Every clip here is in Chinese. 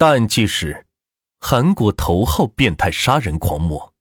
大案纪实：韩国头号变态杀人狂魔。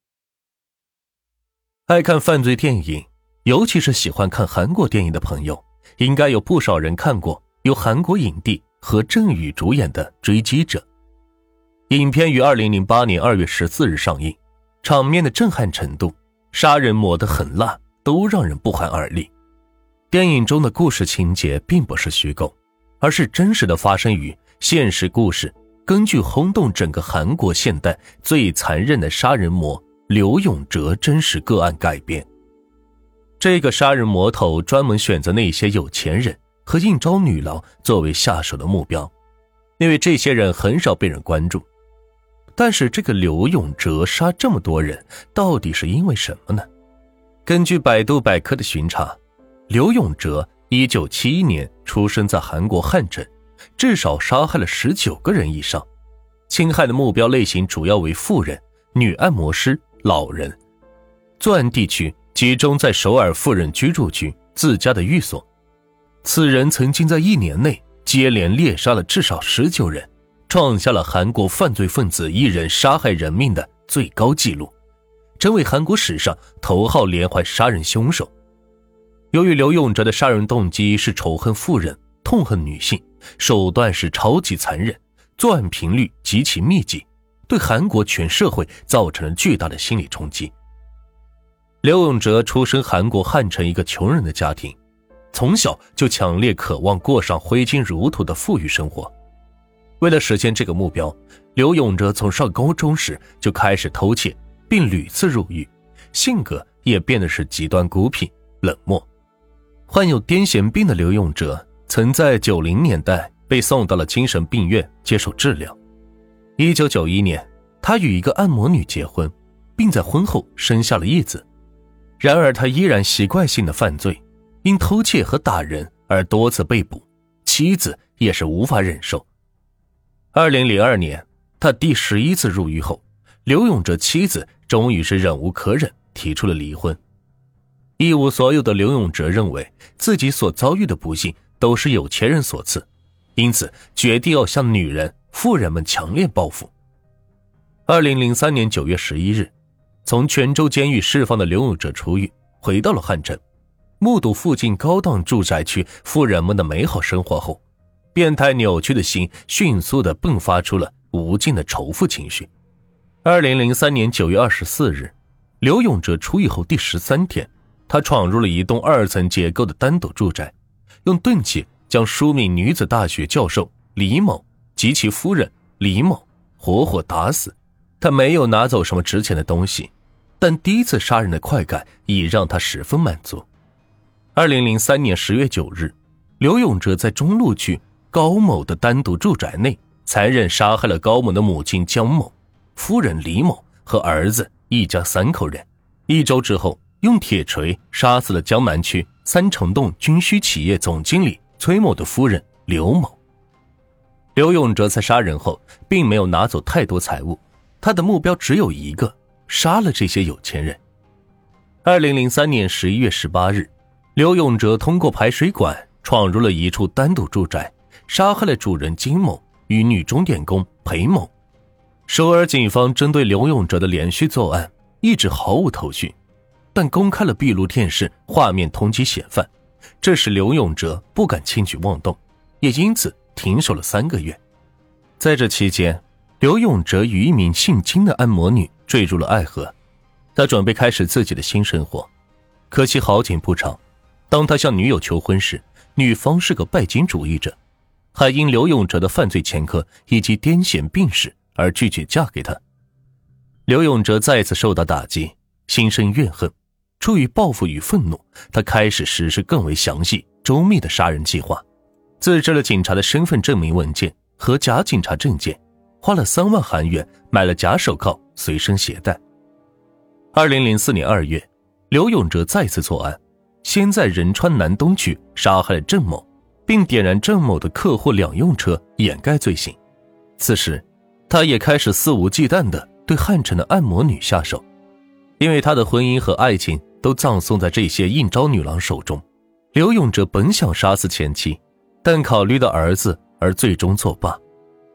爱看犯罪电影，尤其是喜欢看韩国电影的朋友，应该有不少人看过由韩国影帝何振宇主演的《追击者》。影片于2008年2月14日上映，场面的震撼程度，杀人抹得很辣，都让人不寒而栗。电影中的故事情节并不是虚构，而是真实的发生于现实故事，根据轰动整个韩国现代最残忍的杀人魔刘永哲真实个案改编。这个杀人魔头专门选择那些有钱人和应招女郎作为下手的目标，因为这些人很少被人关注。但是这个刘永哲杀这么多人，到底是因为什么呢？根据百度百科的巡查，刘永哲1971年出生在韩国汉城，至少杀害了19个人以上，侵害的目标类型主要为妇人、女按摩师、老人。作案地区集中在首尔妇人居住区自家的寓所。此人曾经在1年内接连猎杀了至少19人，创下了韩国犯罪分子一人杀害人命的最高纪录，成为韩国史上头号连环杀人凶手。由于刘永哲的杀人动机是仇恨妇人、痛恨女性，手段是超级残忍，作案频率极其密集，对韩国全社会造成了巨大的心理冲击。刘永哲出生韩国汉城一个穷人的家庭，从小就强烈渴望过上挥金如土的富裕生活。为了实现这个目标，刘永哲从上高中时就开始偷窃，并屡次入狱，性格也变得是极端孤僻、冷漠。患有癫痫病的刘永哲曾在90年代被送到了精神病院接受治疗。1991年，他与一个按摩女结婚，并在婚后生下了一子。然而他依然习惯性的犯罪，因偷窃和打人而多次被捕，妻子也是无法忍受。2002年，他第11次入狱后，刘永哲妻子终于是忍无可忍，提出了离婚。一无所有的刘永哲认为自己所遭遇的不幸都是有钱人所赐，因此决定要向女人、富人们强烈报复。2003年9月11日，从泉州监狱释放的刘永哲出狱，回到了汉城，目睹附近高档住宅区富人们的美好生活后，变态扭曲的心迅速地迸发出了无尽的仇富情绪。2003年9月24日，刘永哲出狱后第13天，他闯入了一栋2层结构的单独住宅，用钝器将书名女子大学教授李某及其夫人李某活活打死。他没有拿走什么值钱的东西，但第一次杀人的快感已让他十分满足。2003年10月9日，刘永哲在中路区高某的单独住宅内残忍杀害了高某的母亲江某、夫人李某和儿子一家3口人。1周之后，用铁锤杀死了江南区3城洞军需企业总经理崔某的夫人刘某。刘永哲在杀人后并没有拿走太多财物，他的目标只有一个，杀了这些有钱人。2003年11月18日，刘永哲通过排水管闯入了一处单独住宅，杀害了主人金某与女钟点工裴某。首尔警方针对刘永哲的连续作案一直毫无头绪，但公开了闭路电视画面通缉嫌犯，这使刘永哲不敢轻举妄动，也因此停手了3个月。在这期间，刘永哲与一名姓金的按摩女坠入了爱河，他准备开始自己的新生活。可惜好景不长，当他向女友求婚时，女方是个拜金主义者，还因刘永哲的犯罪前科以及癫痫病史而拒绝嫁给他。刘永哲再次受到打击，心生怨恨，出于报复与愤怒，他开始实施更为详细周密的杀人计划，自制了警察的身份证明文件和假警察证件，花了3万韩元买了假手铐随身携带。2004年2月，刘永哲再次作案，先在仁川南东区杀害了郑某，并点燃郑某的客货两用车掩盖罪行。此时他也开始肆无忌惮地对汉城的按摩女下手，因为他的婚姻和爱情都葬送在这些应招女郎手中。刘永哲本想杀死前妻，但考虑到儿子而最终作罢。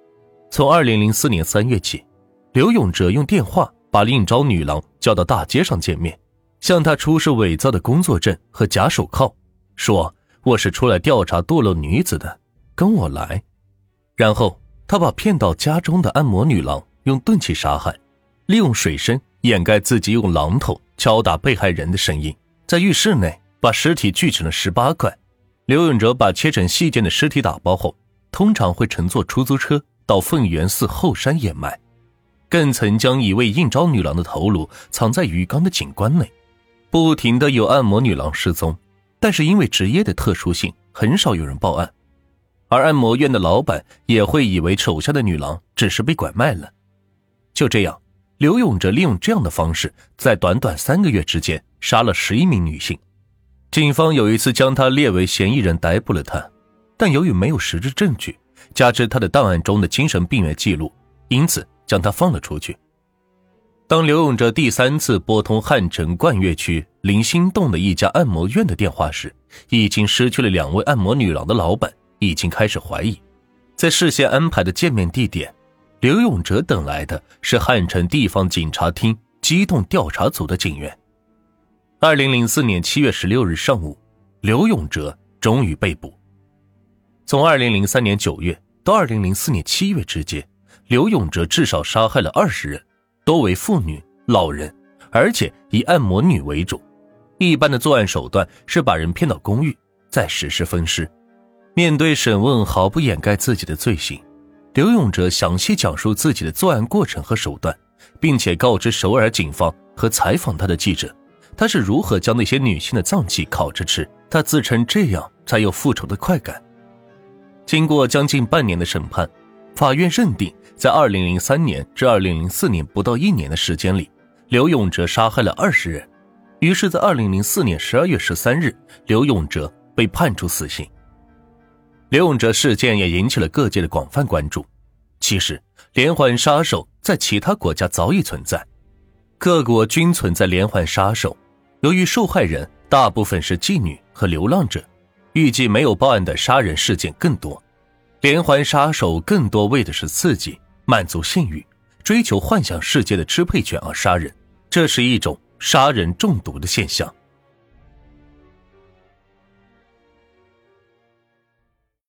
从2004年3月起，刘永哲用电话把应招女郎叫到大街上见面，向她出示伪造的工作证和假手铐，说我是出来调查堕落女子的，跟我来。然后他把骗到家中的按摩女郎用钝器杀害，利用水声掩盖自己用榔头敲打被害人的声音，在浴室内把尸体锯成了18块。刘永哲把切成细件的尸体打包后，通常会乘坐出租车到凤元寺后山掩埋，更曾将一位应招女郎的头颅藏在鱼缸的井棺内。不停地有按摩女郎失踪，但是因为职业的特殊性，很少有人报案，而按摩院的老板也会以为手下的女郎只是被拐卖了。就这样，刘永哲利用这样的方式，在短短3个月之间杀了11名女性。警方有一次将他列为嫌疑人逮捕了他，但由于没有实质证据，加之他的档案中的精神病院记录，因此将他放了出去。当刘永哲第3次拨通汉城冠岳区林心洞的一家按摩院的电话时，已经失去了2位按摩女郎的老板已经开始怀疑，在事先安排的见面地点，刘永哲等来的是汉城地方警察厅机动调查组的警员。2004年7月16日上午，刘永哲终于被捕。从2003年9月到2004年7月之间，刘永哲至少杀害了20人，多为妇女、老人，而且以按摩女为主。一般的作案手段是把人骗到公寓，再实施分尸。面对审问毫不掩盖自己的罪行，刘永哲详细讲述自己的作案过程和手段，并且告知首尔警方和采访他的记者，他是如何将那些女性的脏器烤着吃，他自称这样才有复仇的快感。经过将近半年的审判，法院认定在2003年至2004年不到1年的时间里，刘永哲杀害了20人。于是在2004年12月13日，刘永哲被判处死刑。刘永哲事件也引起了各界的广泛关注。其实连环杀手在其他国家早已存在，各国均存在连环杀手，由于受害人大部分是妓女和流浪者，预计没有报案的杀人事件更多。连环杀手更多为的是刺激、满足性欲、追求幻想世界的支配权而杀人，这是一种杀人中毒的现象。